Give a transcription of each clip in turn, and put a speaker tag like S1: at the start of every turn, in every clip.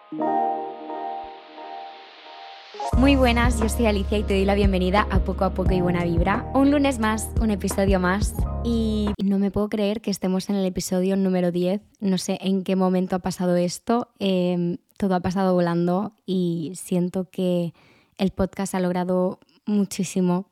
S1: Muy buenas, yo soy Alicia y te doy la bienvenida a Poco y Buena Vibra. Un lunes más, un episodio más. Y no me puedo creer que estemos en el episodio número 10. No sé en qué momento ha pasado esto. Todo ha pasado volando y siento que el podcast ha logrado muchísimo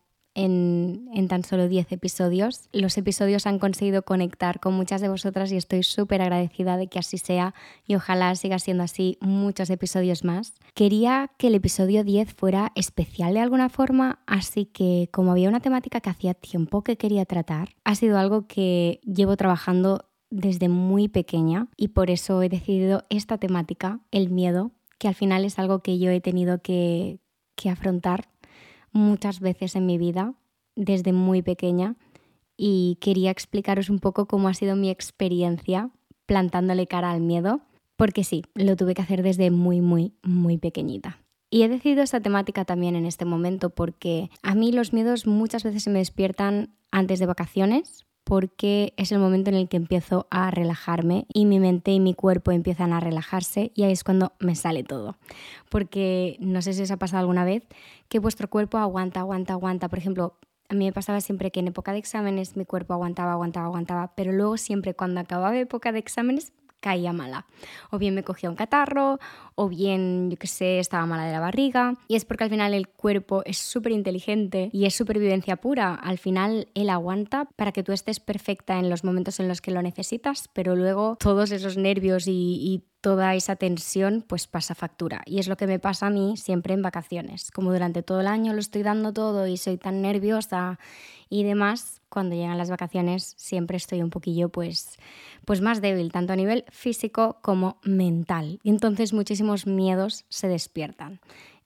S1: en tan solo 10 episodios. Los episodios han conseguido conectar con muchas de vosotras y estoy súper agradecida de que así sea y ojalá siga siendo así muchos episodios más. Quería que el episodio 10 fuera especial de alguna forma, así que como había una temática que hacía tiempo que quería tratar, ha sido algo que llevo trabajando desde muy pequeña y por eso he decidido esta temática, el miedo, que al final es algo que yo he tenido que afrontar muchas veces en mi vida desde muy pequeña y quería explicaros un poco cómo ha sido mi experiencia plantándole cara al miedo, porque sí, lo tuve que hacer desde muy pequeñita. Y he decidido esta temática también en este momento porque a mí los miedos muchas veces se me despiertan antes de vacaciones, porque es el momento en el que empiezo a relajarme y mi mente y mi cuerpo empiezan a relajarse y ahí es cuando me sale todo. Porque no sé si os ha pasado alguna vez que vuestro cuerpo aguanta. Por ejemplo, a mí me pasaba siempre que en época de exámenes mi cuerpo aguantaba, pero luego siempre cuando acababa época de exámenes caía mala. O bien me cogía un catarro, o bien, yo qué sé, estaba mala de la barriga. Y es porque al final el cuerpo es súper inteligente y es supervivencia pura. Al final él aguanta para que tú estés perfecta en los momentos en los que lo necesitas, pero luego todos esos nervios y toda esa tensión pues pasa factura. Y es lo que me pasa a mí siempre en vacaciones. Como durante todo el año lo estoy dando todo y soy tan nerviosa y demás, cuando llegan las vacaciones siempre estoy un poquillo pues más débil, tanto a nivel físico como mental. Y entonces muchísimos miedos se despiertan.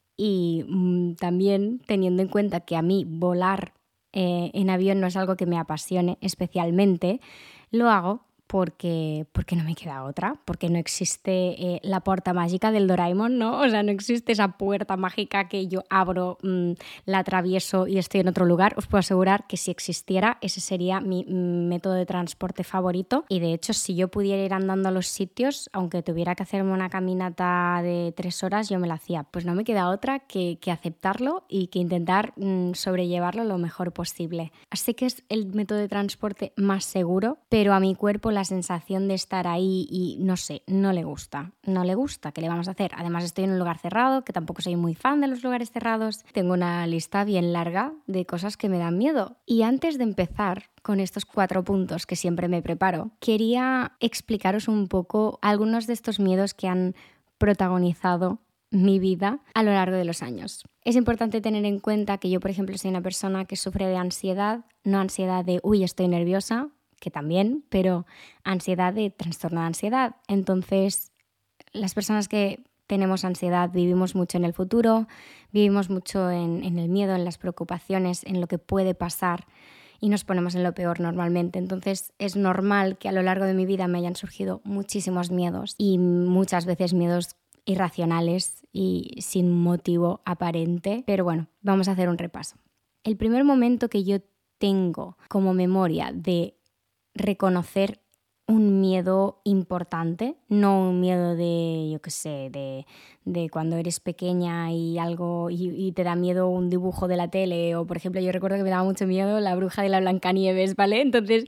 S1: Y también teniendo en cuenta que a mí volar en avión no es algo que me apasione especialmente, lo hago porque no me queda otra, porque no existe la puerta mágica del Doraemon, ¿no? O sea, no existe esa puerta mágica que yo abro, la atravieso y estoy en otro lugar. Os puedo asegurar que si existiera, ese sería mi método de transporte favorito. Y de hecho, si yo pudiera ir andando a los sitios, aunque tuviera que hacerme una caminata de 3 horas, yo me la hacía. Pues no me queda otra que aceptarlo y que intentar sobrellevarlo lo mejor posible. Así que es el método de transporte más seguro, pero a mi cuerpo la sensación de estar ahí y no sé, no le gusta, ¿qué le vamos a hacer? Además estoy en un lugar cerrado, que tampoco soy muy fan de los lugares cerrados, tengo una lista bien larga de cosas que me dan miedo. Y antes de empezar con estos 4 puntos que siempre me preparo, quería explicaros un poco algunos de estos miedos que han protagonizado mi vida a lo largo de los años. Es importante tener en cuenta que yo, por ejemplo, soy una persona que sufre de ansiedad, no ansiedad de uy, estoy nerviosa, que también, pero ansiedad de trastorno de ansiedad. Entonces, las personas que tenemos ansiedad vivimos mucho en el futuro, vivimos mucho en el miedo, en las preocupaciones, en lo que puede pasar y nos ponemos en lo peor normalmente. Entonces, es normal que a lo largo de mi vida me hayan surgido muchísimos miedos y muchas veces miedos irracionales y sin motivo aparente. Pero bueno, vamos a hacer un repaso. El primer momento que yo tengo como memoria de reconocer un miedo importante, no un miedo de, yo qué sé, de cuando eres pequeña y algo y te da miedo un dibujo de la tele, o por ejemplo yo recuerdo que me daba mucho miedo la bruja de la Blancanieves, ¿vale? Entonces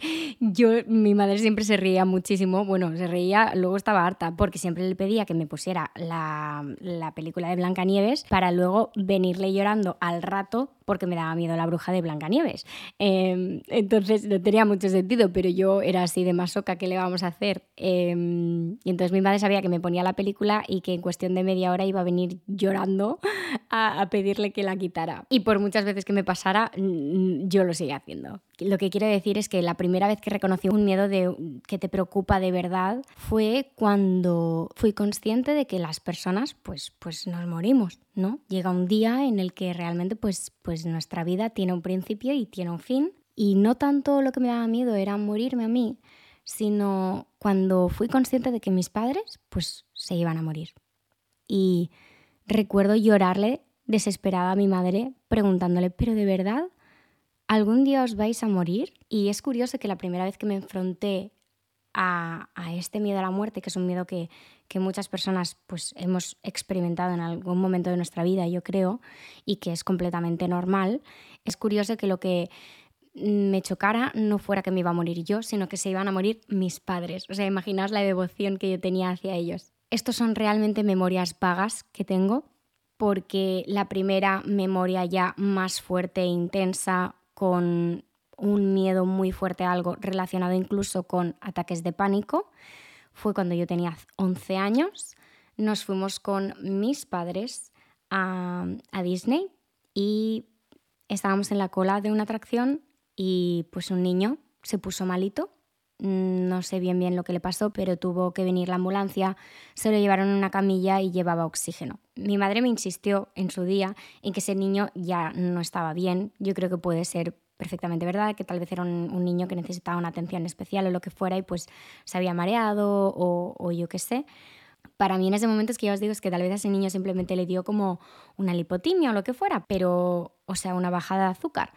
S1: mi madre siempre se reía muchísimo, bueno, se reía, luego estaba harta, porque siempre le pedía que me pusiera la película de Blancanieves para luego venirle llorando al rato porque me daba miedo la bruja de Blancanieves. Entonces no tenía mucho sentido, pero yo era así de masoca, ¿qué le vamos a hacer? Y entonces mi madre sabía que me ponía la película y que en cuestión de media hora iba a venir llorando a pedirle que la quitara. Y por muchas veces que me pasara, yo lo seguía haciendo. Lo que quiero decir es que la primera vez que reconocí un miedo que te preocupa de verdad fue cuando fui consciente de que las personas pues nos morimos, ¿no? Llega un día en el que realmente pues nuestra vida tiene un principio y tiene un fin. Y no tanto lo que me daba miedo era morirme a mí, sino cuando fui consciente de que mis padres pues se iban a morir. Y recuerdo llorarle desesperada a mi madre preguntándole, ¿pero de verdad algún día os vais a morir? Y es curioso que la primera vez que me enfrenté a este miedo a la muerte, que es un miedo que muchas personas pues hemos experimentado en algún momento de nuestra vida, yo creo, y que es completamente normal, es curioso que lo que me chocara no fuera que me iba a morir yo, sino que se iban a morir mis padres. O sea, imaginaos la devoción que yo tenía hacia ellos. Estos son realmente memorias vagas que tengo, porque la primera memoria ya más fuerte e intensa, con un miedo muy fuerte a algo relacionado incluso con ataques de pánico, fue cuando yo tenía 11 años. Nos fuimos con mis padres a Disney y estábamos en la cola de una atracción y pues un niño se puso malito. No sé bien lo que le pasó, pero tuvo que venir la ambulancia, se lo llevaron en una camilla y llevaba oxígeno. Mi madre me insistió en su día en que ese niño ya no estaba bien. Yo creo que puede ser perfectamente verdad, que tal vez era un niño que necesitaba una atención especial o lo que fuera y pues se había mareado o yo qué sé. Para mí en ese momento es que ya os digo, es que tal vez a ese niño simplemente le dio como una lipotimia o lo que fuera, pero, o sea, una bajada de azúcar.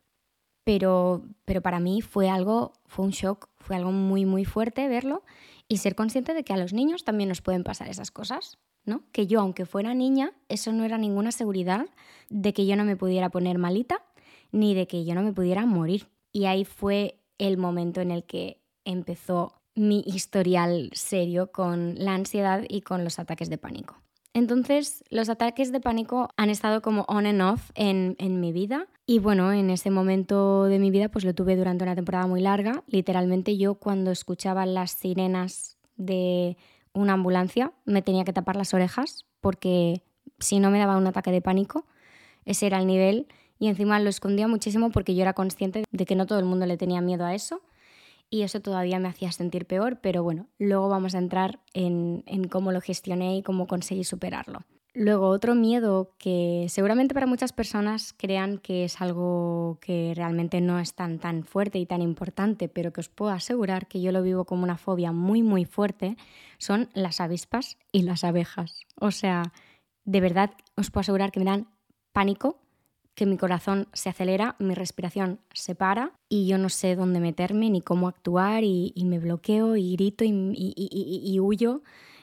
S1: Pero para mí fue un shock, fue algo muy fuerte verlo y ser consciente de que a los niños también nos pueden pasar esas cosas, ¿no? Que yo, aunque fuera niña, eso no era ninguna seguridad de que yo no me pudiera poner malita ni de que yo no me pudiera morir. Y ahí fue el momento en el que empezó mi historial serio con la ansiedad y con los ataques de pánico. Entonces, los ataques de pánico han estado como on and off en mi vida. Y bueno, en ese momento de mi vida pues lo tuve durante una temporada muy larga. Literalmente yo cuando escuchaba las sirenas de una ambulancia me tenía que tapar las orejas porque si no me daba un ataque de pánico. Ese era el nivel y encima lo escondía muchísimo porque yo era consciente de que no todo el mundo le tenía miedo a eso. Y eso todavía me hacía sentir peor, pero bueno, luego vamos a entrar en cómo lo gestioné y cómo conseguí superarlo. Luego, otro miedo que seguramente para muchas personas crean que es algo que realmente no es tan fuerte y tan importante, pero que os puedo asegurar que yo lo vivo como una fobia muy fuerte, son las avispas y las abejas. O sea, de verdad os puedo asegurar que me dan pánico, que mi corazón se acelera, mi respiración se para y yo no sé dónde meterme ni cómo actuar y me bloqueo y grito y huyo.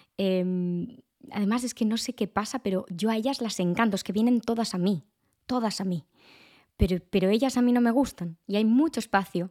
S1: Además es que no sé qué pasa, pero yo a ellas las encanto, es que vienen todas a mí. Pero ellas a mí no me gustan y hay mucho espacio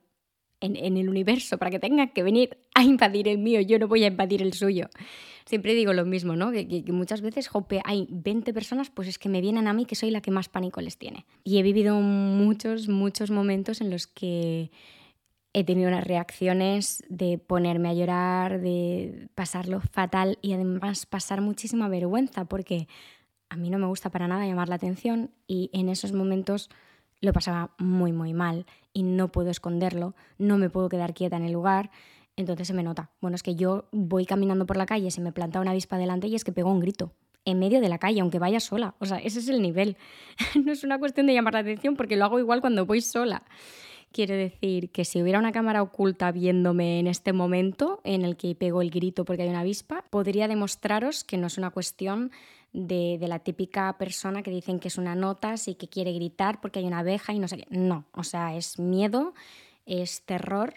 S1: en el universo para que tengan que venir a invadir el mío, yo no voy a invadir el suyo. Siempre digo lo mismo, ¿no? Que muchas veces, jope, hay 20 personas, pues es que me vienen a mí, que soy la que más pánico les tiene. Y he vivido muchos momentos en los que he tenido unas reacciones de ponerme a llorar, de pasarlo fatal y además pasar muchísima vergüenza, porque a mí no me gusta para nada llamar la atención y en esos momentos lo pasaba muy mal y no puedo esconderlo, no me puedo quedar quieta en el lugar, entonces se me nota. Bueno, es que yo voy caminando por la calle, se me planta una avispa delante y es que pego un grito en medio de la calle, aunque vaya sola. O sea, ese es el nivel. No es una cuestión de llamar la atención porque lo hago igual cuando voy sola. Quiero decir que si hubiera una cámara oculta viéndome en este momento en el que pego el grito porque hay una avispa, podría demostraros que no es una cuestión de la típica persona que dicen que es una nota, sí que quiere gritar porque hay una abeja y no sé qué. No, o sea, es miedo, es terror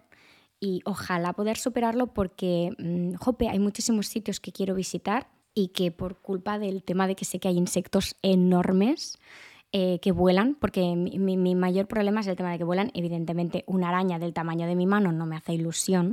S1: y ojalá poder superarlo porque, hay muchísimos sitios que quiero visitar y que por culpa del tema de que sé que hay insectos enormes que vuelan, porque mi mayor problema es el tema de que vuelan. Evidentemente una araña del tamaño de mi mano no me hace ilusión,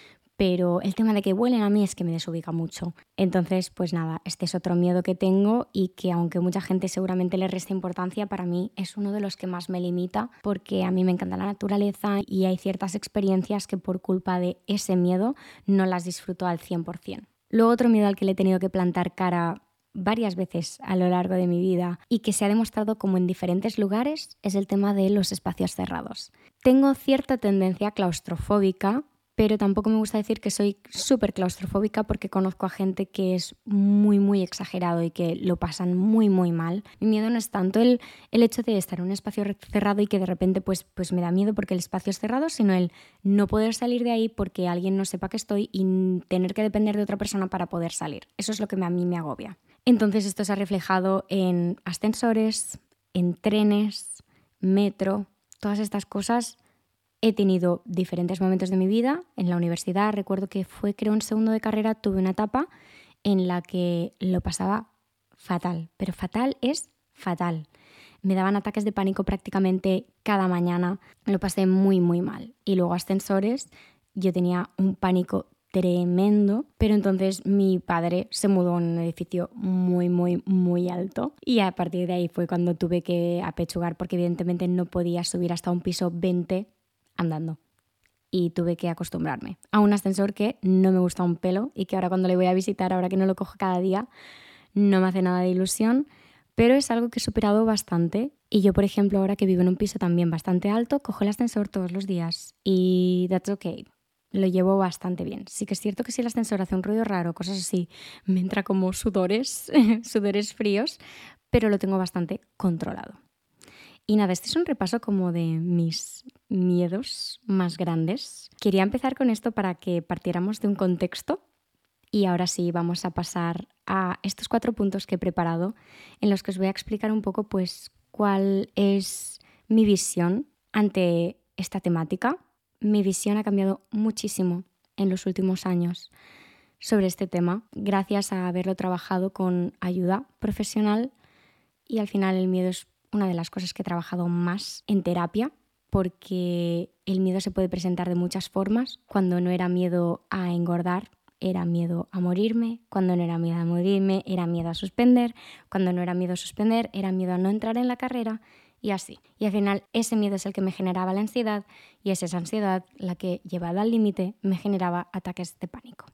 S1: pero el tema de que vuelen a mí es que me desubica mucho. Entonces, pues nada, este es otro miedo que tengo y que aunque mucha gente seguramente le resta importancia, para mí es uno de los que más me limita porque a mí me encanta la naturaleza y hay ciertas experiencias que por culpa de ese miedo no las disfruto al 100%. Luego otro miedo al que le he tenido que plantar cara varias veces a lo largo de mi vida y que se ha demostrado como en diferentes lugares es el tema de los espacios cerrados. Tengo cierta tendencia claustrofóbica, pero tampoco me gusta decir que soy súper claustrofóbica porque conozco a gente que es muy exagerado y que lo pasan muy mal. Mi miedo no es tanto el hecho de estar en un espacio cerrado y que de repente pues me da miedo porque el espacio es cerrado, sino el no poder salir de ahí porque alguien no sepa que estoy y tener que depender de otra persona para poder salir. Eso es lo que a mí me agobia. Entonces esto se ha reflejado en ascensores, en trenes, metro, todas estas cosas. He tenido diferentes momentos de mi vida. En la universidad recuerdo que creo en segundo de carrera, tuve una etapa en la que lo pasaba fatal, pero fatal es fatal. Me daban ataques de pánico prácticamente cada mañana, lo pasé muy muy mal. Y luego ascensores, yo tenía un pánico tremendo, pero entonces mi padre se mudó en un edificio muy muy muy alto y a partir de ahí fue cuando tuve que apechugar porque evidentemente no podía subir hasta un piso 20 andando. Y tuve que acostumbrarme a un ascensor que no me gusta un pelo y que ahora cuando le voy a visitar, ahora que no lo cojo cada día, no me hace nada de ilusión, pero es algo que he superado bastante. Y yo, por ejemplo, ahora que vivo en un piso también bastante alto, cojo el ascensor todos los días y that's okay. Lo llevo bastante bien. Sí que es cierto que si el ascensor hace un ruido raro, cosas así, me entra como sudores, sudores fríos, pero lo tengo bastante controlado. Y nada, este es un repaso como de mis miedos más grandes. Quería empezar con esto para que partiéramos de un contexto y ahora sí vamos a pasar a estos 4 puntos que he preparado en los que os voy a explicar un poco pues cuál es mi visión ante esta temática. Mi visión ha cambiado muchísimo en los últimos años sobre este tema gracias a haberlo trabajado con ayuda profesional y al final el miedo es una de las cosas que he trabajado más en terapia porque el miedo se puede presentar de muchas formas. Cuando no era miedo a engordar, era miedo a morirme. Cuando no era miedo a morirme, era miedo a suspender. Cuando no era miedo a suspender, era miedo a no entrar en la carrera y así. Y al final ese miedo es el que me generaba la ansiedad y es esa ansiedad la que, llevada al límite, me generaba ataques de pánico.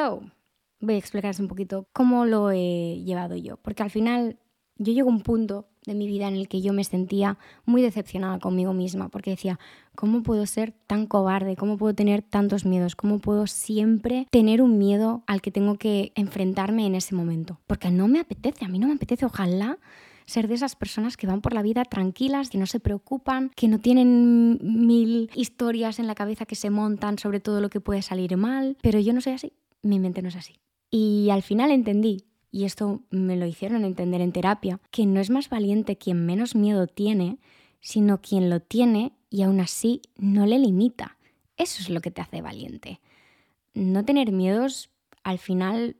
S1: Voy a explicaros un poquito cómo lo he llevado yo, porque al final yo llego a un punto de mi vida en el que yo me sentía muy decepcionada conmigo misma porque decía, ¿cómo puedo ser tan cobarde? ¿Cómo puedo tener tantos miedos? ¿Cómo puedo siempre tener un miedo al que tengo que enfrentarme en ese momento? Porque no me apetece, a mí no me apetece, ojalá ser de esas personas que van por la vida tranquilas, que no se preocupan, que no tienen 1000 historias en la cabeza que se montan sobre todo lo que puede salir mal, pero yo no soy así, mi mente no es así. Y al final entendí, y esto me lo hicieron entender en terapia, que no es más valiente quien menos miedo tiene, sino quien lo tiene y aún así no le limita. Eso es lo que te hace valiente. No tener miedos al final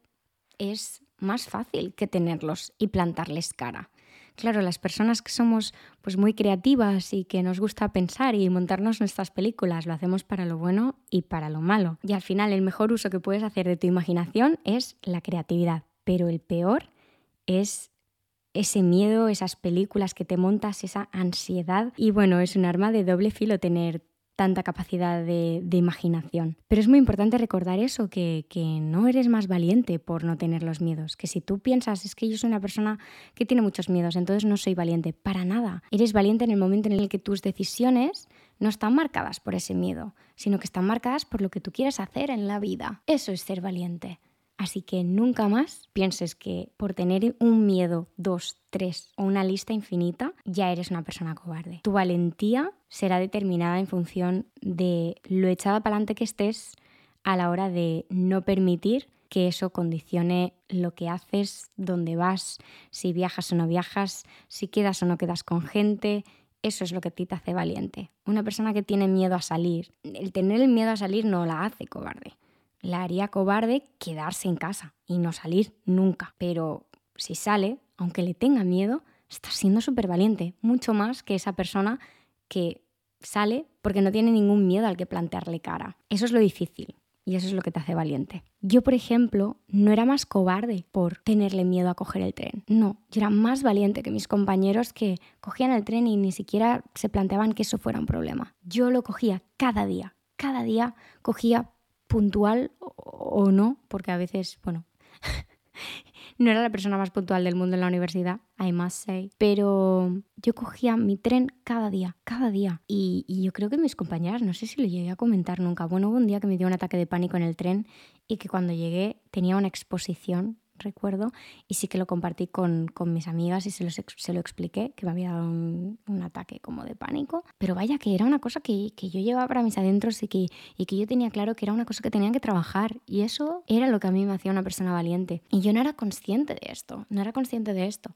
S1: es más fácil que tenerlos y plantarles cara. Claro, las personas que somos pues muy creativas y que nos gusta pensar y montarnos nuestras películas, lo hacemos para lo bueno y para lo malo. Y al final el mejor uso que puedes hacer de tu imaginación es la creatividad. Pero el peor es ese miedo, esas películas que te montas, esa ansiedad. Y bueno, es un arma de doble filo tener tanta capacidad de imaginación. Pero es muy importante recordar eso, que no eres más valiente por no tener los miedos. Que si tú piensas, es que yo soy una persona que tiene muchos miedos, entonces no soy valiente. Para nada. Eres valiente en el momento en el que tus decisiones no están marcadas por ese miedo, sino que están marcadas por lo que tú quieres hacer en la vida. Eso es ser valiente. Así que nunca más pienses que por tener un miedo, 2, 3 o una lista infinita, ya eres una persona cobarde. Tu valentía será determinada en función de lo echada para adelante que estés a la hora de no permitir que eso condicione lo que haces, dónde vas, si viajas o no viajas, si quedas o no quedas con gente. Eso es lo que a ti te hace valiente. Una persona que tiene miedo a salir, el tener el miedo a salir no la hace cobarde. La haría cobarde quedarse en casa y no salir nunca. Pero si sale, aunque le tenga miedo, está siendo súper valiente. Mucho más que esa persona que sale porque no tiene ningún miedo al que plantearle cara. Eso es lo difícil y eso es lo que te hace valiente. Yo, por ejemplo, no era más cobarde por tenerle miedo a coger el tren. No, yo era más valiente que mis compañeros que cogían el tren y ni siquiera se planteaban que eso fuera un problema. Yo lo cogía cada día. Cada día cogía puntual o no, porque a veces, bueno, no era la persona más puntual del mundo en la universidad, I must say, pero yo cogía mi tren cada día. Y yo creo que mis compañeras, no sé si lo llegué a comentar nunca, bueno, hubo un día que me dio un ataque de pánico en el tren y que cuando llegué tenía una exposición, recuerdo, y sí que lo compartí con mis amigas y se lo expliqué, que me había dado un ataque como de pánico, pero vaya que era una cosa que yo llevaba para mis adentros y que yo tenía claro que era una cosa que tenían que trabajar y eso era lo que a mí me hacía una persona valiente y yo no era consciente de esto.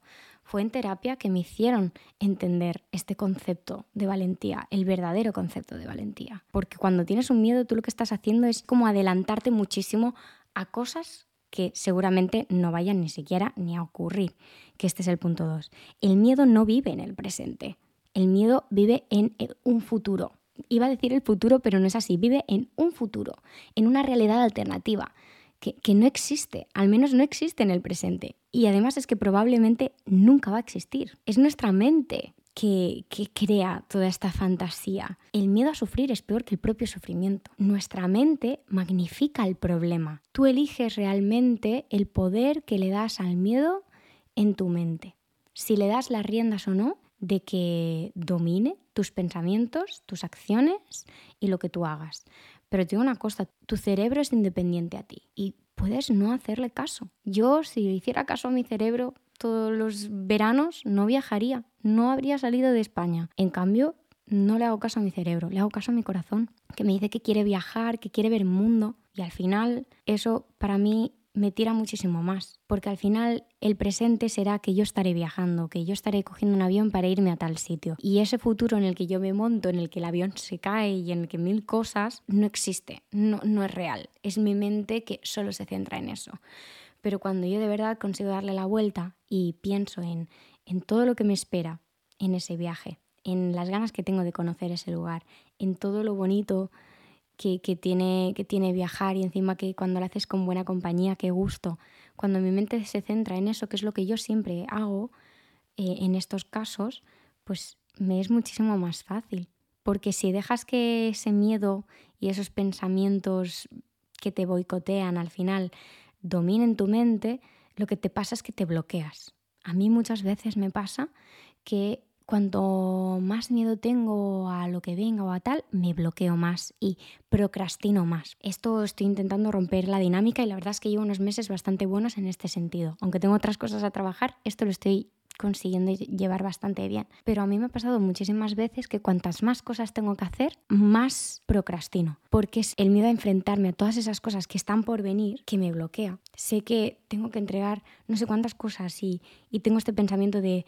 S1: Fue en terapia que me hicieron entender este concepto de valentía, el verdadero concepto de valentía. Porque cuando tienes un miedo, tú lo que estás haciendo es como adelantarte muchísimo a cosas que seguramente no vayan ni siquiera ni a ocurrir, que este es el punto 2. El miedo no vive en el presente, el miedo vive en un futuro. Iba a decir el futuro, pero no es así, vive en un futuro, en una realidad alternativa. Que no existe, al menos no existe en el presente. Y además es que probablemente nunca va a existir. Es nuestra mente que crea toda esta fantasía. El miedo a sufrir es peor que el propio sufrimiento. Nuestra mente magnifica el problema. Tú eliges realmente el poder que le das al miedo en tu mente. Si le das las riendas o no de que domine tus pensamientos, tus acciones y lo que tú hagas. Pero te digo una cosa, tu cerebro es independiente a ti y puedes no hacerle caso. Yo, si hiciera caso a mi cerebro todos los veranos, no viajaría, no habría salido de España. En cambio, no le hago caso a mi cerebro, le hago caso a mi corazón, que me dice que quiere viajar, que quiere ver el mundo. Y al final, eso para mí me tira muchísimo más, porque al final el presente será que yo estaré viajando, que yo estaré cogiendo un avión para irme a tal sitio. Y ese futuro en el que yo me monto, en el que el avión se cae y en el que 1000 cosas, no existe, no es real. Es mi mente que solo se centra en eso. Pero cuando yo de verdad consigo darle la vuelta y pienso en todo lo que me espera en ese viaje, en las ganas que tengo de conocer ese lugar, en todo lo bonito que tiene viajar y encima que cuando lo haces con buena compañía, qué gusto. Cuando mi mente se centra en eso, que es lo que yo siempre hago en estos casos, pues me es muchísimo más fácil. Porque si dejas que ese miedo y esos pensamientos que te boicotean al final dominen tu mente, lo que te pasa es que te bloqueas. A mí muchas veces me pasa que cuanto más miedo tengo a lo que venga o a tal, me bloqueo más y procrastino más. Esto estoy intentando romper la dinámica y la verdad es que llevo unos meses bastante buenos en este sentido. Aunque tengo otras cosas a trabajar, esto lo estoy consiguiendo llevar bastante bien. Pero a mí me ha pasado muchísimas veces que cuantas más cosas tengo que hacer, más procrastino. Porque es el miedo a enfrentarme a todas esas cosas que están por venir que me bloquea. Sé que tengo que entregar no sé cuántas cosas y tengo este pensamiento de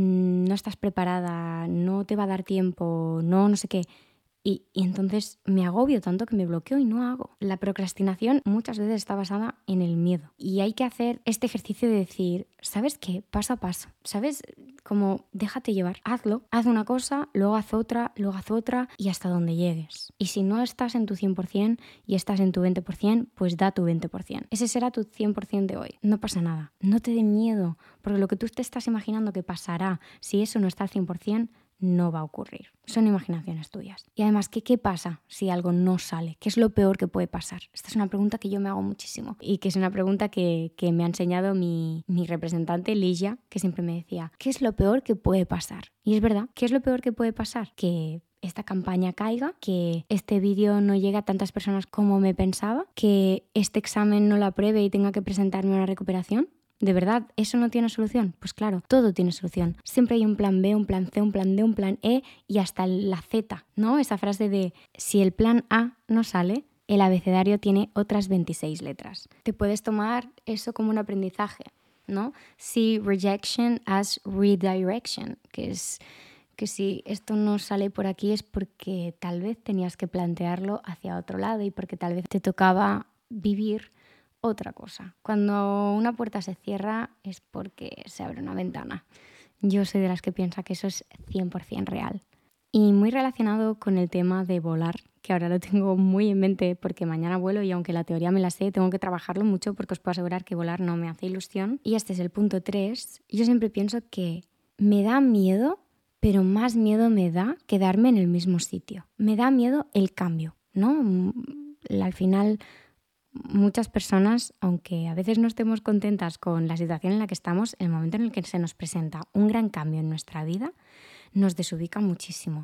S1: no estás preparada, no te va a dar tiempo, no sé qué. Y entonces me agobio tanto que me bloqueo y no hago. La procrastinación muchas veces está basada en el miedo. Y hay que hacer este ejercicio de decir, ¿sabes qué? Paso a paso. ¿Sabes? Como déjate llevar. Hazlo. Haz una cosa, luego haz otra y hasta donde llegues. Y si no estás en tu 100% y estás en tu 20%, pues da tu 20%. Ese será tu 100% de hoy. No pasa nada. No te dé miedo, porque lo que tú te estás imaginando que pasará si eso no está al 100%, no va a ocurrir. Son imaginaciones tuyas. Y además, ¿qué pasa si algo no sale? ¿Qué es lo peor que puede pasar? Esta es una pregunta que yo me hago muchísimo y que es una pregunta que me ha enseñado mi representante, Ligia, que siempre me decía, ¿qué es lo peor que puede pasar? Y es verdad, ¿qué es lo peor que puede pasar? Que esta campaña caiga, que este vídeo no llegue a tantas personas como me pensaba, que este examen no lo apruebe y tenga que presentarme a una recuperación. ¿De verdad eso no tiene solución? Pues claro, todo tiene solución. Siempre hay un plan B, un plan C, un plan D, un plan E y hasta la Z, ¿no? Esa frase de si el plan A no sale, el abecedario tiene otras 26 letras. Te puedes tomar eso como un aprendizaje, ¿no? See rejection as redirection, que es que si esto no sale por aquí es porque tal vez tenías que plantearlo hacia otro lado y porque tal vez te tocaba vivir otra cosa. Cuando una puerta se cierra es porque se abre una ventana. Yo soy de las que piensa que eso es 100% real. Y muy relacionado con el tema de volar, que ahora lo tengo muy en mente porque mañana vuelo y aunque la teoría me la sé, tengo que trabajarlo mucho porque os puedo asegurar que volar no me hace ilusión. Y este es el punto 3. Yo siempre pienso que me da miedo, pero más miedo me da quedarme en el mismo sitio. Me da miedo el cambio, ¿no? Al final, muchas personas, aunque a veces no estemos contentas con la situación en la que estamos, el momento en el que se nos presenta un gran cambio en nuestra vida, nos desubica muchísimo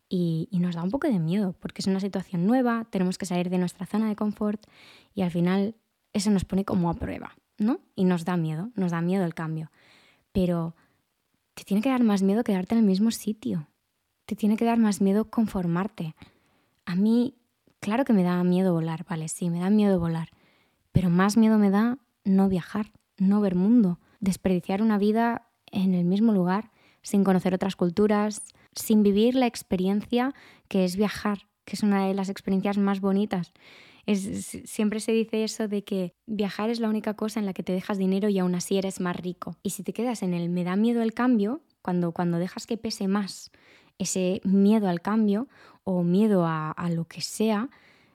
S1: y nos da un poco de miedo porque es una situación nueva, tenemos que salir de nuestra zona de confort y al final eso nos pone como a prueba, ¿no? Y nos da miedo el cambio. Pero te tiene que dar más miedo quedarte en el mismo sitio, te tiene que dar más miedo conformarte. A mí, claro que me da miedo volar, vale, sí, me da miedo volar, pero más miedo me da no viajar, no ver mundo, desperdiciar una vida en el mismo lugar, sin conocer otras culturas, sin vivir la experiencia que es viajar, que es una de las experiencias más bonitas. Siempre se dice eso de que viajar es la única cosa en la que te dejas dinero y aún así eres más rico. Y si te quedas en el me da miedo el cambio, cuando dejas que pese más ese miedo al cambio o miedo a lo que sea,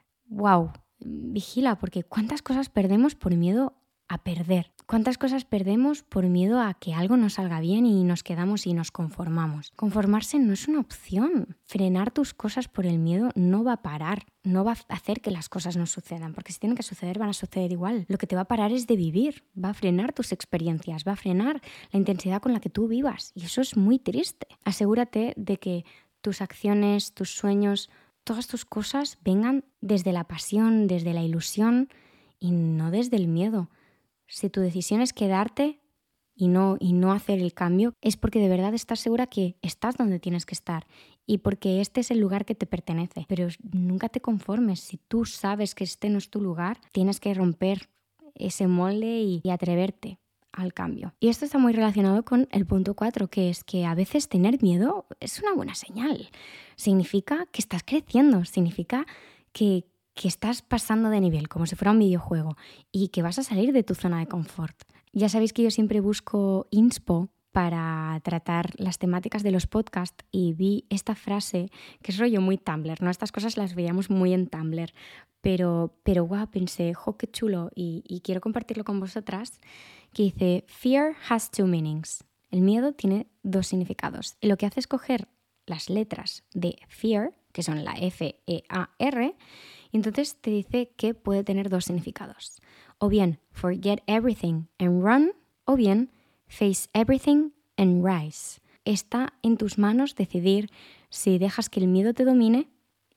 S1: wow, vigila, porque ¿cuántas cosas perdemos por miedo a perder? ¿Cuántas cosas perdemos por miedo a que algo no salga bien y nos quedamos y nos conformamos? Conformarse no es una opción. Frenar tus cosas por el miedo no va a parar, no va a hacer que las cosas no sucedan, porque si tienen que suceder van a suceder igual. Lo que te va a parar es de vivir, va a frenar tus experiencias, va a frenar la intensidad con la que tú vivas y eso es muy triste. Asegúrate de que tus acciones, tus sueños, todas tus cosas vengan desde la pasión, desde la ilusión y no desde el miedo. Si tu decisión es quedarte y no hacer el cambio, es porque de verdad estás segura que estás donde tienes que estar y porque este es el lugar que te pertenece. Pero nunca te conformes. Si tú sabes que este no es tu lugar, tienes que romper ese molde y atreverte al cambio. Y esto está muy relacionado con el punto 4, que es que a veces tener miedo es una buena señal. Significa que estás creciendo, significa que estás pasando de nivel, como si fuera un videojuego, y que vas a salir de tu zona de confort. Ya sabéis que yo siempre busco inspo para tratar las temáticas de los podcasts y vi esta frase, que es rollo muy Tumblr, ¿no? Estas cosas las veíamos muy en Tumblr, pero guau, pensé, qué chulo, y quiero compartirlo con vosotras, que dice, Fear has two meanings. El miedo tiene dos significados, y lo que hace es coger las letras de fear, que son la F-E-A-R, y entonces te dice que puede tener dos significados. O bien, forget everything and run, o bien, face everything and rise. Está en tus manos decidir si dejas que el miedo te domine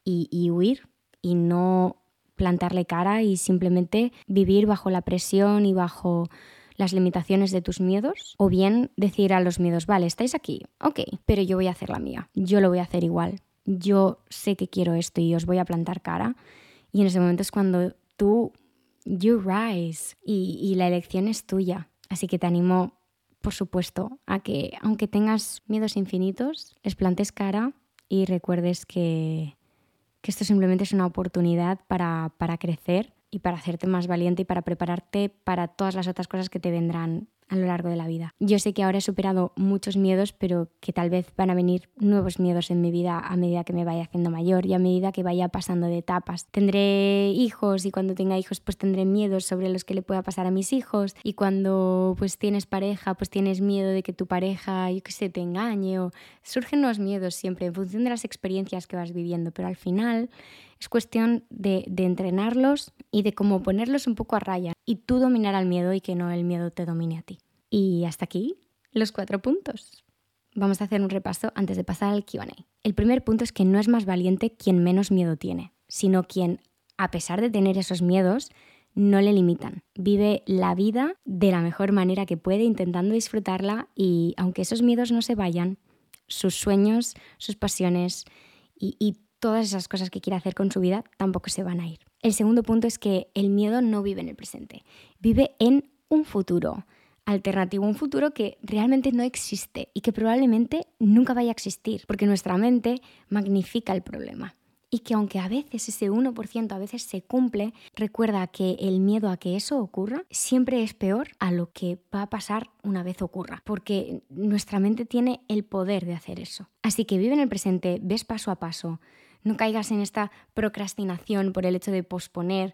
S1: y huir y no plantarle cara y simplemente vivir bajo la presión y bajo las limitaciones de tus miedos, o bien decir a los miedos, vale, estáis aquí, ok, pero yo voy a hacer la mía, yo lo voy a hacer igual, yo sé que quiero esto y os voy a plantar cara. Y en ese momento es cuando you rise y la elección es tuya. Así que te animo, por supuesto, a que aunque tengas miedos infinitos, les plantes cara y recuerdes que esto simplemente es una oportunidad para crecer y para hacerte más valiente y para prepararte para todas las otras cosas que te vendrán a lo largo de la vida. Yo sé que ahora he superado muchos miedos, pero que tal vez van a venir nuevos miedos en mi vida a medida que me vaya haciendo mayor y a medida que vaya pasando de etapas. Tendré hijos y cuando tenga hijos pues tendré miedos sobre los que le pueda pasar a mis hijos, y cuando pues tienes pareja pues tienes miedo de que tu pareja, yo qué sé, te engañe, o surgen nuevos miedos siempre en función de las experiencias que vas viviendo, pero al final es cuestión de entrenarlos y de cómo ponerlos un poco a raya y tú dominar al miedo y que no el miedo te domine a ti. Y hasta aquí los 4 puntos. Vamos a hacer un repaso antes de pasar al Q&A. El primer punto es que no es más valiente quien menos miedo tiene, sino quien, a pesar de tener esos miedos, no le limitan. Vive la vida de la mejor manera que puede, intentando disfrutarla, y aunque esos miedos no se vayan, sus sueños, sus pasiones y todas esas cosas que quiere hacer con su vida tampoco se van a ir. El segundo punto es que el miedo no vive en el presente, vive en un futuro alternativo, un futuro que realmente no existe y que probablemente nunca vaya a existir, porque nuestra mente magnifica el problema. Y que aunque a veces ese 1% a veces se cumple, recuerda que el miedo a que eso ocurra siempre es peor a lo que va a pasar una vez ocurra, porque nuestra mente tiene el poder de hacer eso. Así que vive en el presente, ves paso a paso. No caigas en esta procrastinación por el hecho de posponer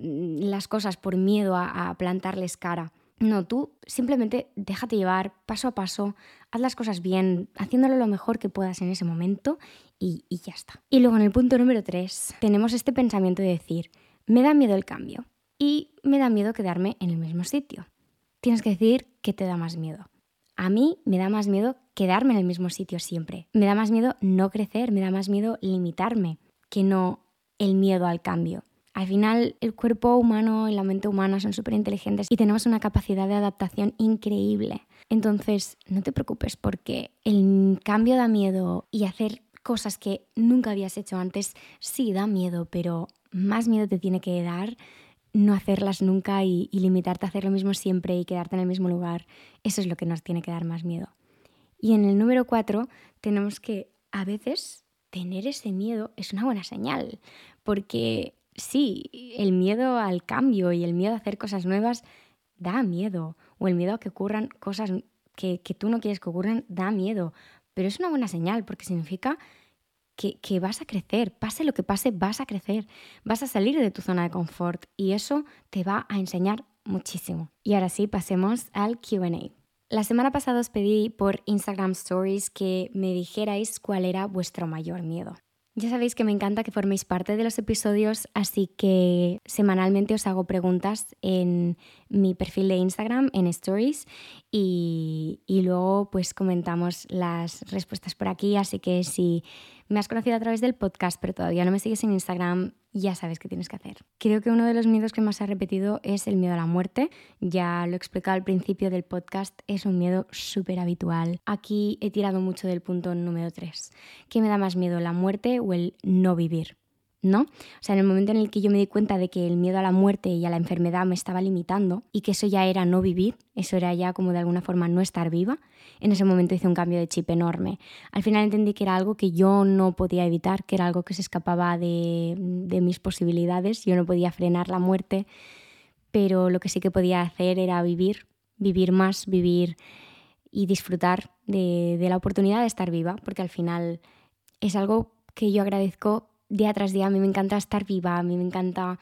S1: las cosas por miedo a plantarles cara. No, tú simplemente déjate llevar paso a paso, haz las cosas bien, haciéndolo lo mejor que puedas en ese momento y ya está. Y luego en el punto número 3 tenemos este pensamiento de decir, me da miedo el cambio y me da miedo quedarme en el mismo sitio. Tienes que decidir qué te da más miedo. A mí me da más miedo quedarme en el mismo sitio siempre. Me da más miedo no crecer, me da más miedo limitarme que no el miedo al cambio. Al final, el cuerpo humano y la mente humana son súper inteligentes y tenemos una capacidad de adaptación increíble. Entonces, no te preocupes porque el cambio da miedo y hacer cosas que nunca habías hecho antes sí da miedo, pero más miedo te tiene que dar no hacerlas nunca y limitarte a hacer lo mismo siempre y quedarte en el mismo lugar. Eso es lo que nos tiene que dar más miedo. Y en el número 4 tenemos que a veces tener ese miedo es una buena señal, porque sí, el miedo al cambio y el miedo a hacer cosas nuevas da miedo, o el miedo a que ocurran cosas que tú no quieres que ocurran da miedo, pero es una buena señal porque significa que vas a crecer, pase lo que pase, vas a crecer, vas a salir de tu zona de confort y eso te va a enseñar muchísimo. Y ahora sí, pasemos al Q&A. La semana pasada os pedí por Instagram Stories que me dijerais cuál era vuestro mayor miedo. Ya sabéis que me encanta que forméis parte de los episodios, así que semanalmente os hago preguntas en mi perfil de Instagram, en Stories, y luego pues comentamos las respuestas por aquí, así que si me has conocido a través del podcast pero todavía no me sigues en Instagram, ya sabes qué tienes que hacer. Creo que uno de los miedos que más se ha repetido es el miedo a la muerte. Ya lo he explicado al principio del podcast, es un miedo súper habitual. Aquí he tirado mucho del punto número 3. ¿Qué me da más miedo, la muerte o el no vivir? ¿No? O sea, en el momento en el que yo me di cuenta de que el miedo a la muerte y a la enfermedad me estaba limitando y que eso ya era no vivir, eso era ya como de alguna forma no estar viva, en ese momento hice un cambio de chip enorme. Al final entendí que era algo que yo no podía evitar, que era algo que se escapaba de mis posibilidades, yo no podía frenar la muerte, pero lo que sí que podía hacer era vivir más, vivir y disfrutar de la oportunidad de estar viva, porque al final es algo que yo agradezco día tras día. A mí me encanta estar viva, a mí me encanta,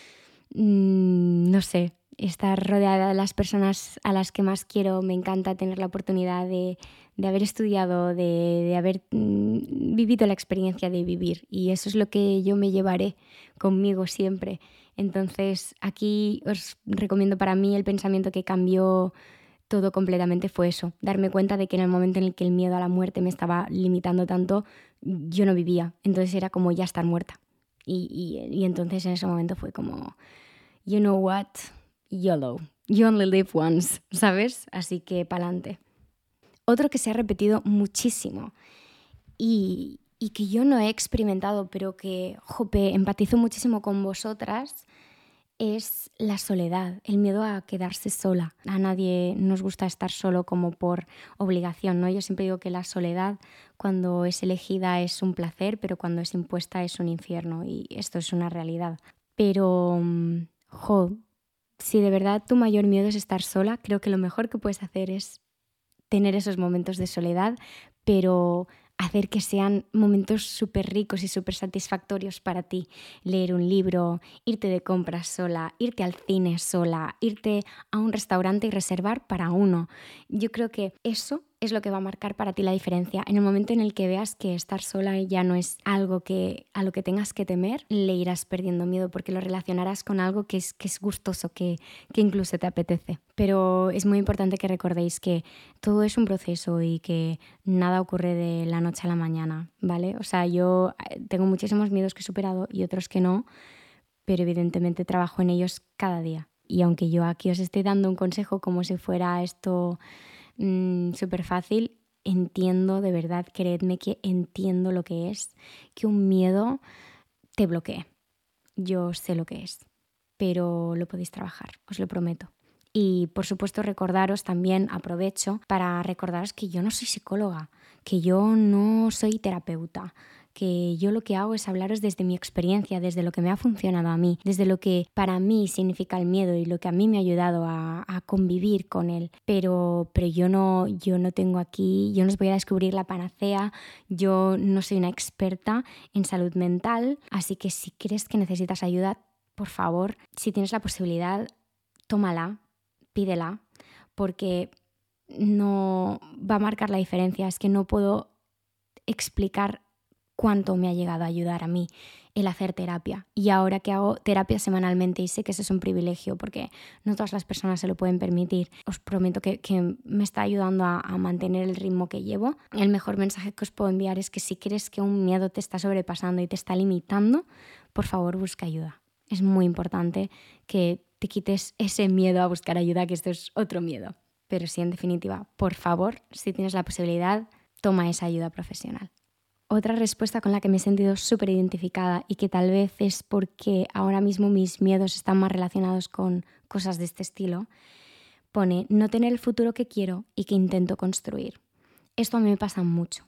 S1: no sé, estar rodeada de las personas a las que más quiero. Me encanta tener la oportunidad de haber estudiado, de haber vivido la experiencia de vivir, y eso es lo que yo me llevaré conmigo siempre. Entonces aquí os recomiendo, para mí el pensamiento que cambió todo completamente fue eso, darme cuenta de que en el momento en el que el miedo a la muerte me estaba limitando tanto, yo no vivía, entonces era como ya estar muerta. Y entonces en ese momento fue como, you know what, YOLO, you only live once, ¿sabes? Así que pa'lante. Otro que se ha repetido muchísimo y que yo no he experimentado, pero que, empatizo muchísimo con vosotras, es la soledad, el miedo a quedarse sola. A nadie nos gusta estar solo como por obligación, ¿no? Yo siempre digo que la soledad, cuando es elegida, es un placer, pero cuando es impuesta es un infierno, y esto es una realidad. Pero, si de verdad tu mayor miedo es estar sola, creo que lo mejor que puedes hacer es tener esos momentos de soledad, pero hacer que sean momentos súper ricos y súper satisfactorios para ti. Leer un libro, irte de compras sola, irte al cine sola, irte a un restaurante y reservar para uno. Yo creo que eso es lo que va a marcar para ti la diferencia. En el momento en el que veas que estar sola ya no es algo a lo que tengas que temer, le irás perdiendo miedo porque lo relacionarás con algo que es gustoso, que incluso te apetece. Pero es muy importante que recordéis que todo es un proceso y que nada ocurre de la noche a la mañana, ¿vale? O sea, yo tengo muchísimos miedos que he superado y otros que no, pero evidentemente trabajo en ellos cada día. Y aunque yo aquí os estoy dando un consejo como si fuera esto súper fácil, entiendo, de verdad, creedme que entiendo lo que es que un miedo te bloquee. Yo sé lo que es, pero lo podéis trabajar, os lo prometo. Y por supuesto recordaros también, aprovecho para recordaros que yo no soy psicóloga, que yo no soy terapeuta, que yo lo que hago es hablaros desde mi experiencia, desde lo que me ha funcionado a mí, desde lo que para mí significa el miedo y lo que a mí me ha ayudado a convivir con él. Pero yo no tengo aquí, yo no os voy a descubrir la panacea, yo no soy una experta en salud mental, así que si crees que necesitas ayuda, por favor, si tienes la posibilidad, tómala, pídela, porque no va a marcar la diferencia. Es que no puedo explicar cuánto me ha llegado a ayudar a mí el hacer terapia. Y ahora que hago terapia semanalmente, y sé que eso es un privilegio porque no todas las personas se lo pueden permitir, os prometo que me está ayudando a mantener el ritmo que llevo. El mejor mensaje que os puedo enviar es que si crees que un miedo te está sobrepasando y te está limitando, por favor busca ayuda. Es muy importante que te quites ese miedo a buscar ayuda, que esto es otro miedo. Pero sí, en definitiva, por favor, si tienes la posibilidad, toma esa ayuda profesional. Otra respuesta con la que me he sentido súper identificada y que tal vez es porque ahora mismo mis miedos están más relacionados con cosas de este estilo, pone no tener el futuro que quiero y que intento construir. Esto a mí me pasa mucho.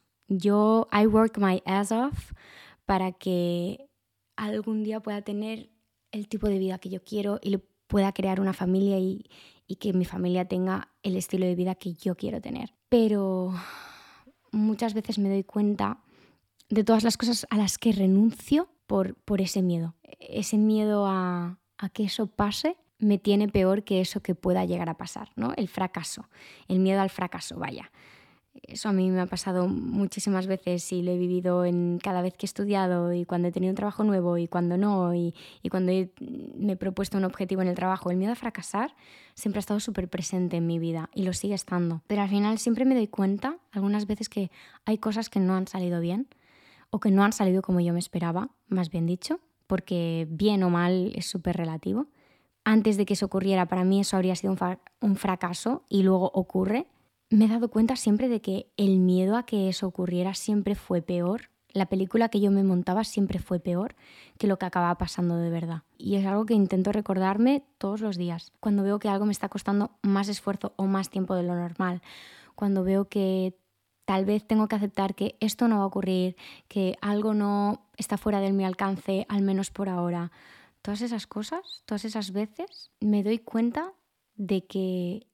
S1: I work my ass off para que algún día pueda tener el tipo de vida que yo quiero y pueda crear una familia y que mi familia tenga el estilo de vida que yo quiero tener. Pero muchas veces me doy cuenta de todas las cosas a las que renuncio por ese miedo. Ese miedo a que eso pase me tiene peor que eso que pueda llegar a pasar, ¿no? El fracaso, el miedo al fracaso, vaya. Eso a mí me ha pasado muchísimas veces y lo he vivido cada vez que he estudiado y cuando he tenido un trabajo nuevo y cuando no y cuando me he propuesto un objetivo en el trabajo. El miedo a fracasar siempre ha estado súper presente en mi vida y lo sigue estando. Pero al final siempre me doy cuenta algunas veces que hay cosas que no han salido bien o que no han salido como yo me esperaba, más bien dicho, porque bien o mal es súper relativo. Antes de que eso ocurriera, para mí eso habría sido un fracaso y luego ocurre. Me he dado cuenta siempre de que el miedo a que eso ocurriera siempre fue peor. La película que yo me montaba siempre fue peor que lo que acababa pasando de verdad. Y es algo que intento recordarme todos los días. Cuando veo que algo me está costando más esfuerzo o más tiempo de lo normal. Cuando veo que tal vez tengo que aceptar que esto no va a ocurrir, que algo no está fuera de mi alcance, al menos por ahora. Todas esas cosas, todas esas veces, me doy cuenta de que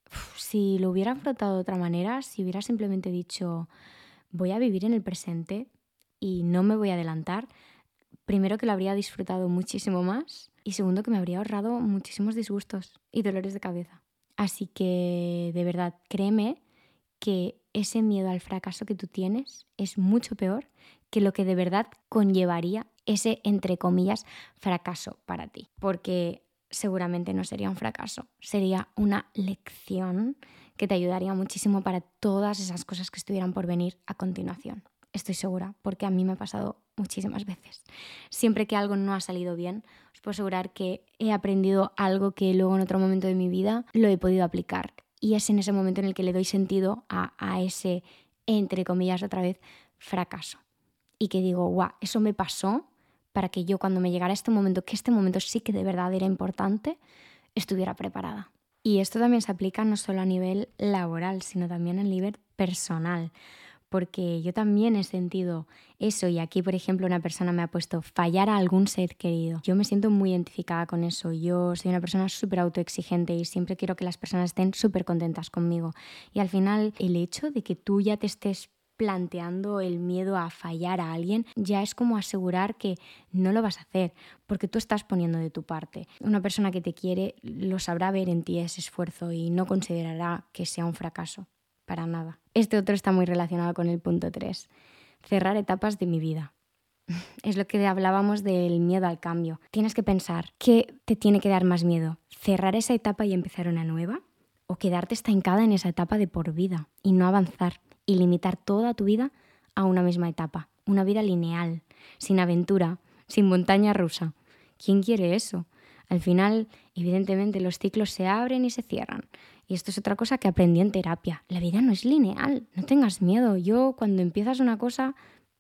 S1: si lo hubiera afrontado de otra manera, si hubiera simplemente dicho voy a vivir en el presente y no me voy a adelantar, primero que lo habría disfrutado muchísimo más y segundo que me habría ahorrado muchísimos disgustos y dolores de cabeza. Así que de verdad, créeme que ese miedo al fracaso que tú tienes es mucho peor que lo que de verdad conllevaría ese, entre comillas, fracaso para ti. Porque seguramente no sería un fracaso, sería una lección que te ayudaría muchísimo para todas esas cosas que estuvieran por venir a continuación. Estoy segura, porque a mí me ha pasado muchísimas veces. Siempre que algo no ha salido bien, os puedo asegurar que he aprendido algo que luego en otro momento de mi vida lo he podido aplicar. Y es en ese momento en el que le doy sentido a ese, entre comillas, otra vez, fracaso. Y que digo, guau, eso me pasó para que yo cuando me llegara este momento, que este momento sí que de verdad era importante, estuviera preparada. Y esto también se aplica no solo a nivel laboral, sino también a nivel personal. Porque yo también he sentido eso y aquí, por ejemplo, una persona me ha puesto fallar a algún ser querido. Yo me siento muy identificada con eso. Yo soy una persona súper autoexigente y siempre quiero que las personas estén súper contentas conmigo. Y al final, el hecho de que tú ya te estés planteando el miedo a fallar a alguien, ya es como asegurar que no lo vas a hacer, porque tú estás poniendo de tu parte. Una persona que te quiere lo sabrá ver en ti ese esfuerzo y no considerará que sea un fracaso. Para nada. Este otro está muy relacionado con el punto 3. Cerrar etapas de mi vida. Es lo que hablábamos del miedo al cambio. Tienes que pensar, ¿qué te tiene que dar más miedo? ¿Cerrar esa etapa y empezar una nueva? ¿O quedarte estancada en esa etapa de por vida y no avanzar y limitar toda tu vida a una misma etapa? Una vida lineal, sin aventura, sin montaña rusa. ¿Quién quiere eso? Al final, evidentemente, los ciclos se abren y se cierran. Y esto es otra cosa que aprendí en terapia. La vida no es lineal, no tengas miedo. Cuando empiezas una cosa,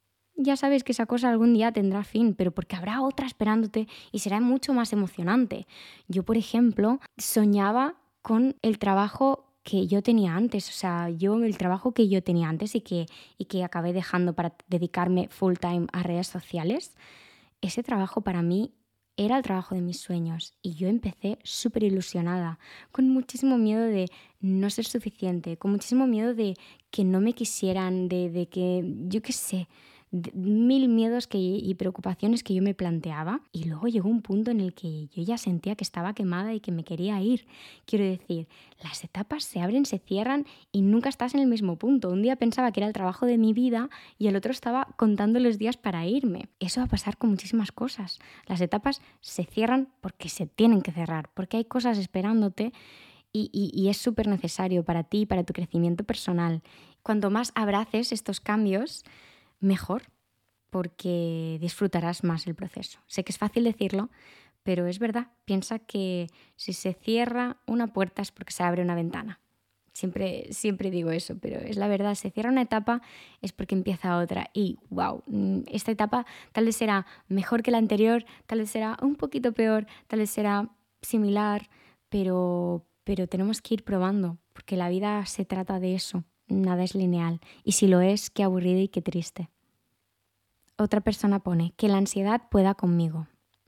S1: ya sabes que esa cosa algún día tendrá fin, pero porque habrá otra esperándote y será mucho más emocionante. Yo, por ejemplo, soñaba con el trabajo que yo tenía antes. O sea, el trabajo que yo tenía antes y que acabé dejando para dedicarme full time a redes sociales, ese trabajo para mí era el trabajo de mis sueños y yo empecé súper ilusionada, con muchísimo miedo de no ser suficiente, con muchísimo miedo de que no me quisieran, de que, yo qué sé, mil miedos y preocupaciones que yo me planteaba y luego llegó un punto en el que yo ya sentía que estaba quemada y que me quería ir. Quiero decir, las etapas se abren, se cierran y nunca estás en el mismo punto. Un día pensaba que era el trabajo de mi vida y el otro estaba contando los días para irme. Eso va a pasar con muchísimas cosas. Las etapas se cierran porque se tienen que cerrar, porque hay cosas esperándote y es súper necesario para ti y para tu crecimiento personal. Cuanto más abraces estos cambios, mejor, porque disfrutarás más el proceso. Sé que es fácil decirlo, pero es verdad. Piensa que si se cierra una puerta es porque se abre una ventana. Siempre digo eso, pero es la verdad, se cierra una etapa es porque empieza otra y wow, esta etapa tal vez será mejor que la anterior, tal vez será un poquito peor, tal vez será similar, pero tenemos que ir probando, porque la vida se trata de eso, nada es lineal y si lo es, qué aburrido y qué triste. Otra persona pone que la ansiedad pueda conmigo.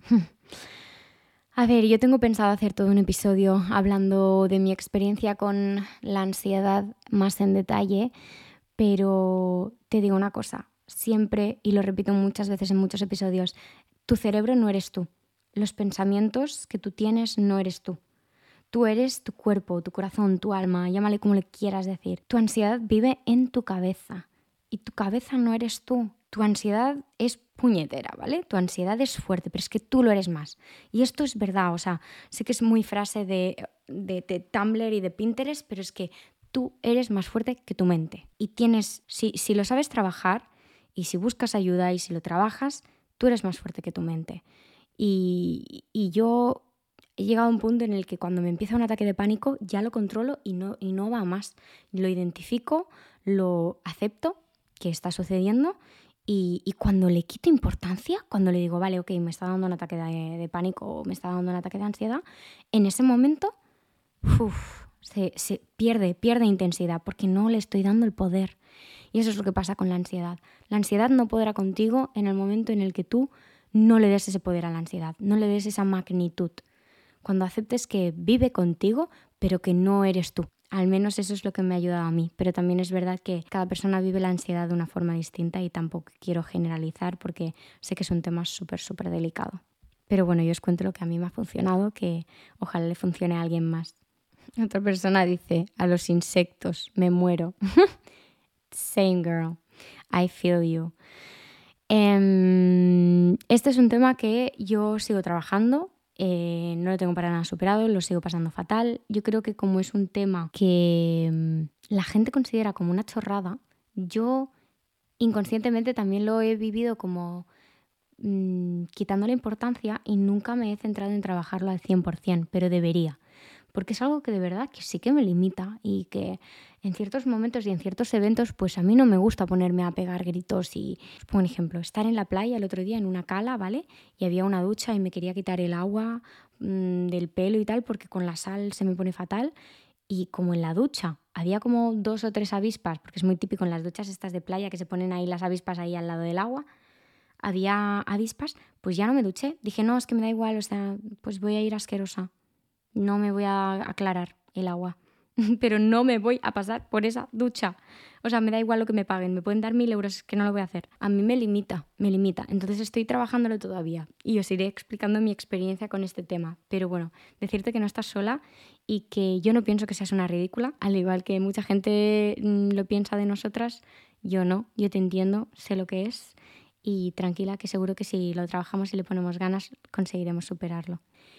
S1: A ver, yo tengo pensado hacer todo un episodio hablando de mi experiencia con la ansiedad más en detalle, pero te digo una cosa, siempre, y lo repito muchas veces en muchos episodios, tu cerebro no eres tú. Los pensamientos que tú tienes no eres tú. Tú eres tu cuerpo, tu corazón, tu alma, llámale como le quieras decir. Tu ansiedad vive en tu cabeza y tu cabeza no eres tú. Tu ansiedad es puñetera, ¿vale? Tu ansiedad es fuerte, pero es que tú lo eres más. Y esto es verdad, o sea, sé que es muy frase de Tumblr y de Pinterest, pero es que tú eres más fuerte que tu mente. Y tienes, si lo sabes trabajar y si buscas ayuda y si lo trabajas, tú eres más fuerte que tu mente. Y yo he llegado a un punto en el que cuando me empieza un ataque de pánico ya lo controlo y no va más. Lo identifico, lo acepto que está sucediendo y cuando le quito importancia, cuando le digo, vale, ok, me está dando un ataque de pánico o me está dando un ataque de ansiedad, en ese momento se pierde intensidad porque no le estoy dando el poder. Y eso es lo que pasa con la ansiedad. La ansiedad no podrá contigo en el momento en el que tú no le des ese poder a la ansiedad, no le des esa magnitud. Cuando aceptes que vive contigo, pero que no eres tú. Al menos eso es lo que me ha ayudado a mí. Pero también es verdad que cada persona vive la ansiedad de una forma distinta y tampoco quiero generalizar porque sé que es un tema súper delicado. Pero bueno, yo os cuento lo que a mí me ha funcionado, que ojalá le funcione a alguien más. Otra persona dice, a los insectos, me muero. Same girl, I feel you. Este es un tema que yo sigo trabajando. No lo tengo para nada superado, lo sigo pasando fatal. Yo creo que como es un tema que la gente considera como una chorrada, yo inconscientemente también lo he vivido como quitándole importancia y nunca me he centrado en trabajarlo al 100%, pero debería. Porque es algo que de verdad que sí que me limita y que en ciertos momentos y en ciertos eventos pues a mí no me gusta ponerme a pegar gritos y, os pongo un ejemplo, estar en la playa el otro día en una cala, ¿vale? Y había una ducha y me quería quitar el agua del pelo y tal porque con la sal se me pone fatal y como en la ducha había como 2 o 3 avispas, porque es muy típico en las duchas estas de playa que se ponen ahí las avispas ahí al lado del agua, había avispas, pues ya no me duché. Dije, no, es que me da igual, o sea, pues voy a ir asquerosa. No me voy a aclarar el agua, pero no me voy a pasar por esa ducha. O sea, me da igual lo que me paguen, me pueden dar 1.000 euros, es que no lo voy a hacer. A mí me limita. Entonces estoy trabajándolo todavía y os iré explicando mi experiencia con este tema. Pero bueno, decirte que no estás sola y que yo no pienso que seas una ridícula, al igual que mucha gente lo piensa de nosotras, yo no, yo te entiendo, sé lo que es y tranquila que seguro que si lo trabajamos y le ponemos ganas conseguiremos superarlo.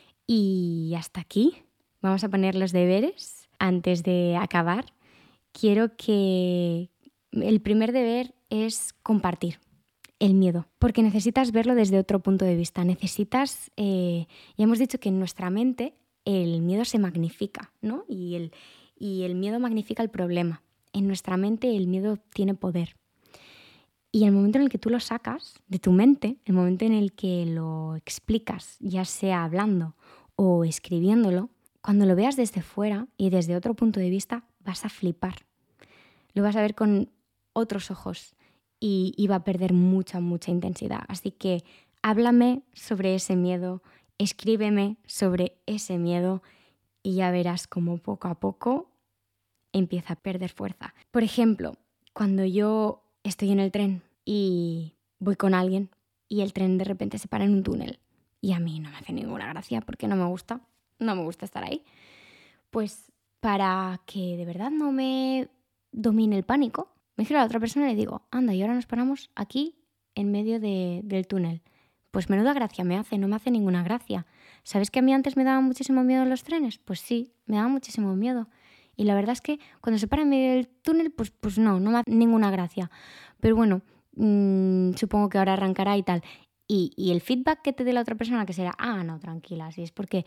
S1: Y hasta aquí, vamos a poner los deberes. Antes de acabar, quiero que el primer deber es compartir el miedo, porque necesitas verlo desde otro punto de vista. Necesitas, ya hemos dicho que en nuestra mente el miedo se magnifica, ¿no? Y el miedo magnifica el problema. En nuestra mente el miedo tiene poder. Y el momento en el que tú lo sacas de tu mente, el momento en el que lo explicas, ya sea hablando o escribiéndolo, cuando lo veas desde fuera y desde otro punto de vista, vas a flipar. Lo vas a ver con otros ojos y va a perder mucha intensidad. Así que háblame sobre ese miedo, escríbeme sobre ese miedo y ya verás cómo poco a poco empieza a perder fuerza. Por ejemplo, cuando yo estoy en el tren y voy con alguien y el tren de repente se para en un túnel y a mí no me hace ninguna gracia porque no me gusta estar ahí, pues para que de verdad no me domine el pánico, me giro a la otra persona y le digo, anda, y ahora nos paramos aquí en medio del túnel. Pues menuda gracia me hace, no me hace ninguna gracia. ¿Sabes que a mí antes me daba muchísimo miedo los trenes? Pues sí, me daba muchísimo miedo. Y la verdad es que cuando se para en medio del túnel, pues no me hace ninguna gracia. Pero bueno, supongo que ahora arrancará y tal. Y el feedback que te dé la otra persona que será, no, tranquila, si es porque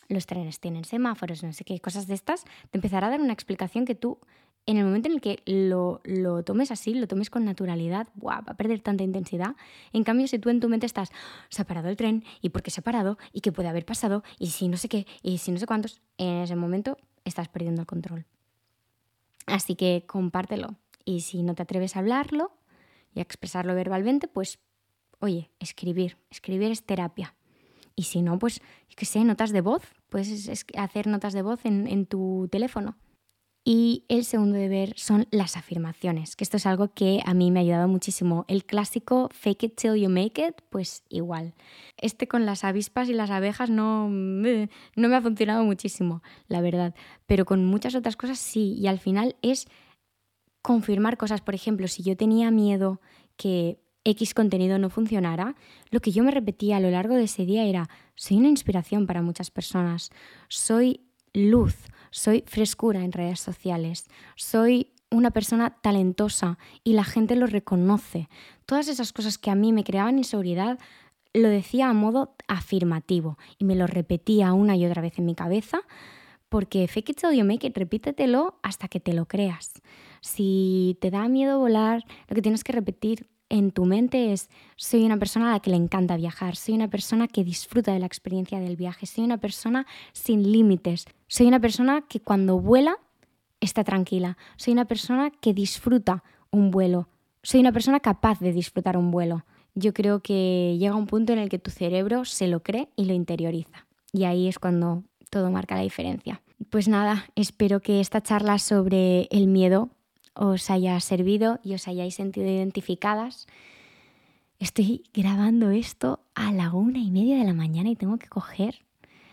S1: los trenes tienen semáforos, no sé qué, cosas de estas, te empezará a dar una explicación que tú, en el momento en el que lo tomes así, lo tomes con naturalidad, ¡buah!, va a perder tanta intensidad. En cambio, si tú en tu mente estás, se ha parado el tren, ¿y por qué se ha parado? ¿Y qué puede haber pasado? ¿Y si no sé qué? ¿Y si no sé cuántos? En ese momento estás perdiendo el control. Así que compártelo. Y si no te atreves a hablarlo y a expresarlo verbalmente, pues, oye, escribir es terapia. Y si no, pues, yo qué sé, notas de voz. Puedes hacer notas de voz en tu teléfono. Y el segundo deber son las afirmaciones, que esto es algo que a mí me ha ayudado muchísimo. El clásico fake it till you make it, pues igual. Con las avispas y las abejas no me ha funcionado muchísimo, la verdad. Pero con muchas otras cosas sí. Y al final es confirmar cosas. Por ejemplo, si yo tenía miedo que X contenido no funcionara, lo que yo me repetía a lo largo de ese día era: soy una inspiración para muchas personas, soy luz, soy frescura en redes sociales, soy una persona talentosa y la gente lo reconoce. Todas esas cosas que a mí me creaban inseguridad lo decía a modo afirmativo y me lo repetía una y otra vez en mi cabeza, porque fake it till you make it, repítetelo hasta que te lo creas. Si te da miedo volar, lo que tienes que repetir en tu mente es: soy una persona a la que le encanta viajar, soy una persona que disfruta de la experiencia del viaje, soy una persona sin límites, soy una persona que cuando vuela está tranquila, soy una persona que disfruta un vuelo, soy una persona capaz de disfrutar un vuelo. Yo creo que llega un punto en el que tu cerebro se lo cree y lo interioriza. Y ahí es cuando todo marca la diferencia. Pues nada, espero que esta charla sobre el miedo os haya servido y os hayáis sentido identificadas. Estoy grabando esto a la 1:30 de la mañana y tengo que coger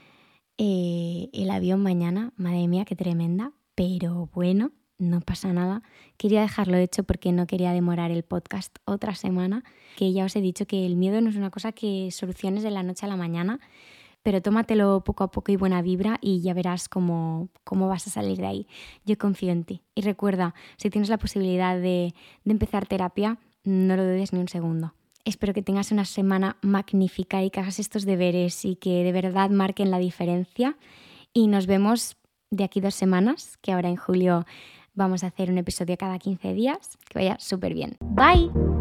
S1: el avión mañana. Madre mía, qué tremenda. Pero bueno, no pasa nada. Quería dejarlo hecho porque no quería demorar el podcast otra semana. Que ya os he dicho que el miedo no es una cosa que soluciones de la noche a la mañana, pero tómatelo poco a poco y buena vibra y ya verás cómo vas a salir de ahí. Yo confío en ti. Y recuerda, si tienes la posibilidad de empezar terapia, no lo dudes ni un segundo. Espero que tengas una semana magnífica y que hagas estos deberes y que de verdad marquen la diferencia. Y nos vemos de aquí 2 semanas, que ahora en julio vamos a hacer un episodio cada 15 días. Que vaya súper bien. Bye.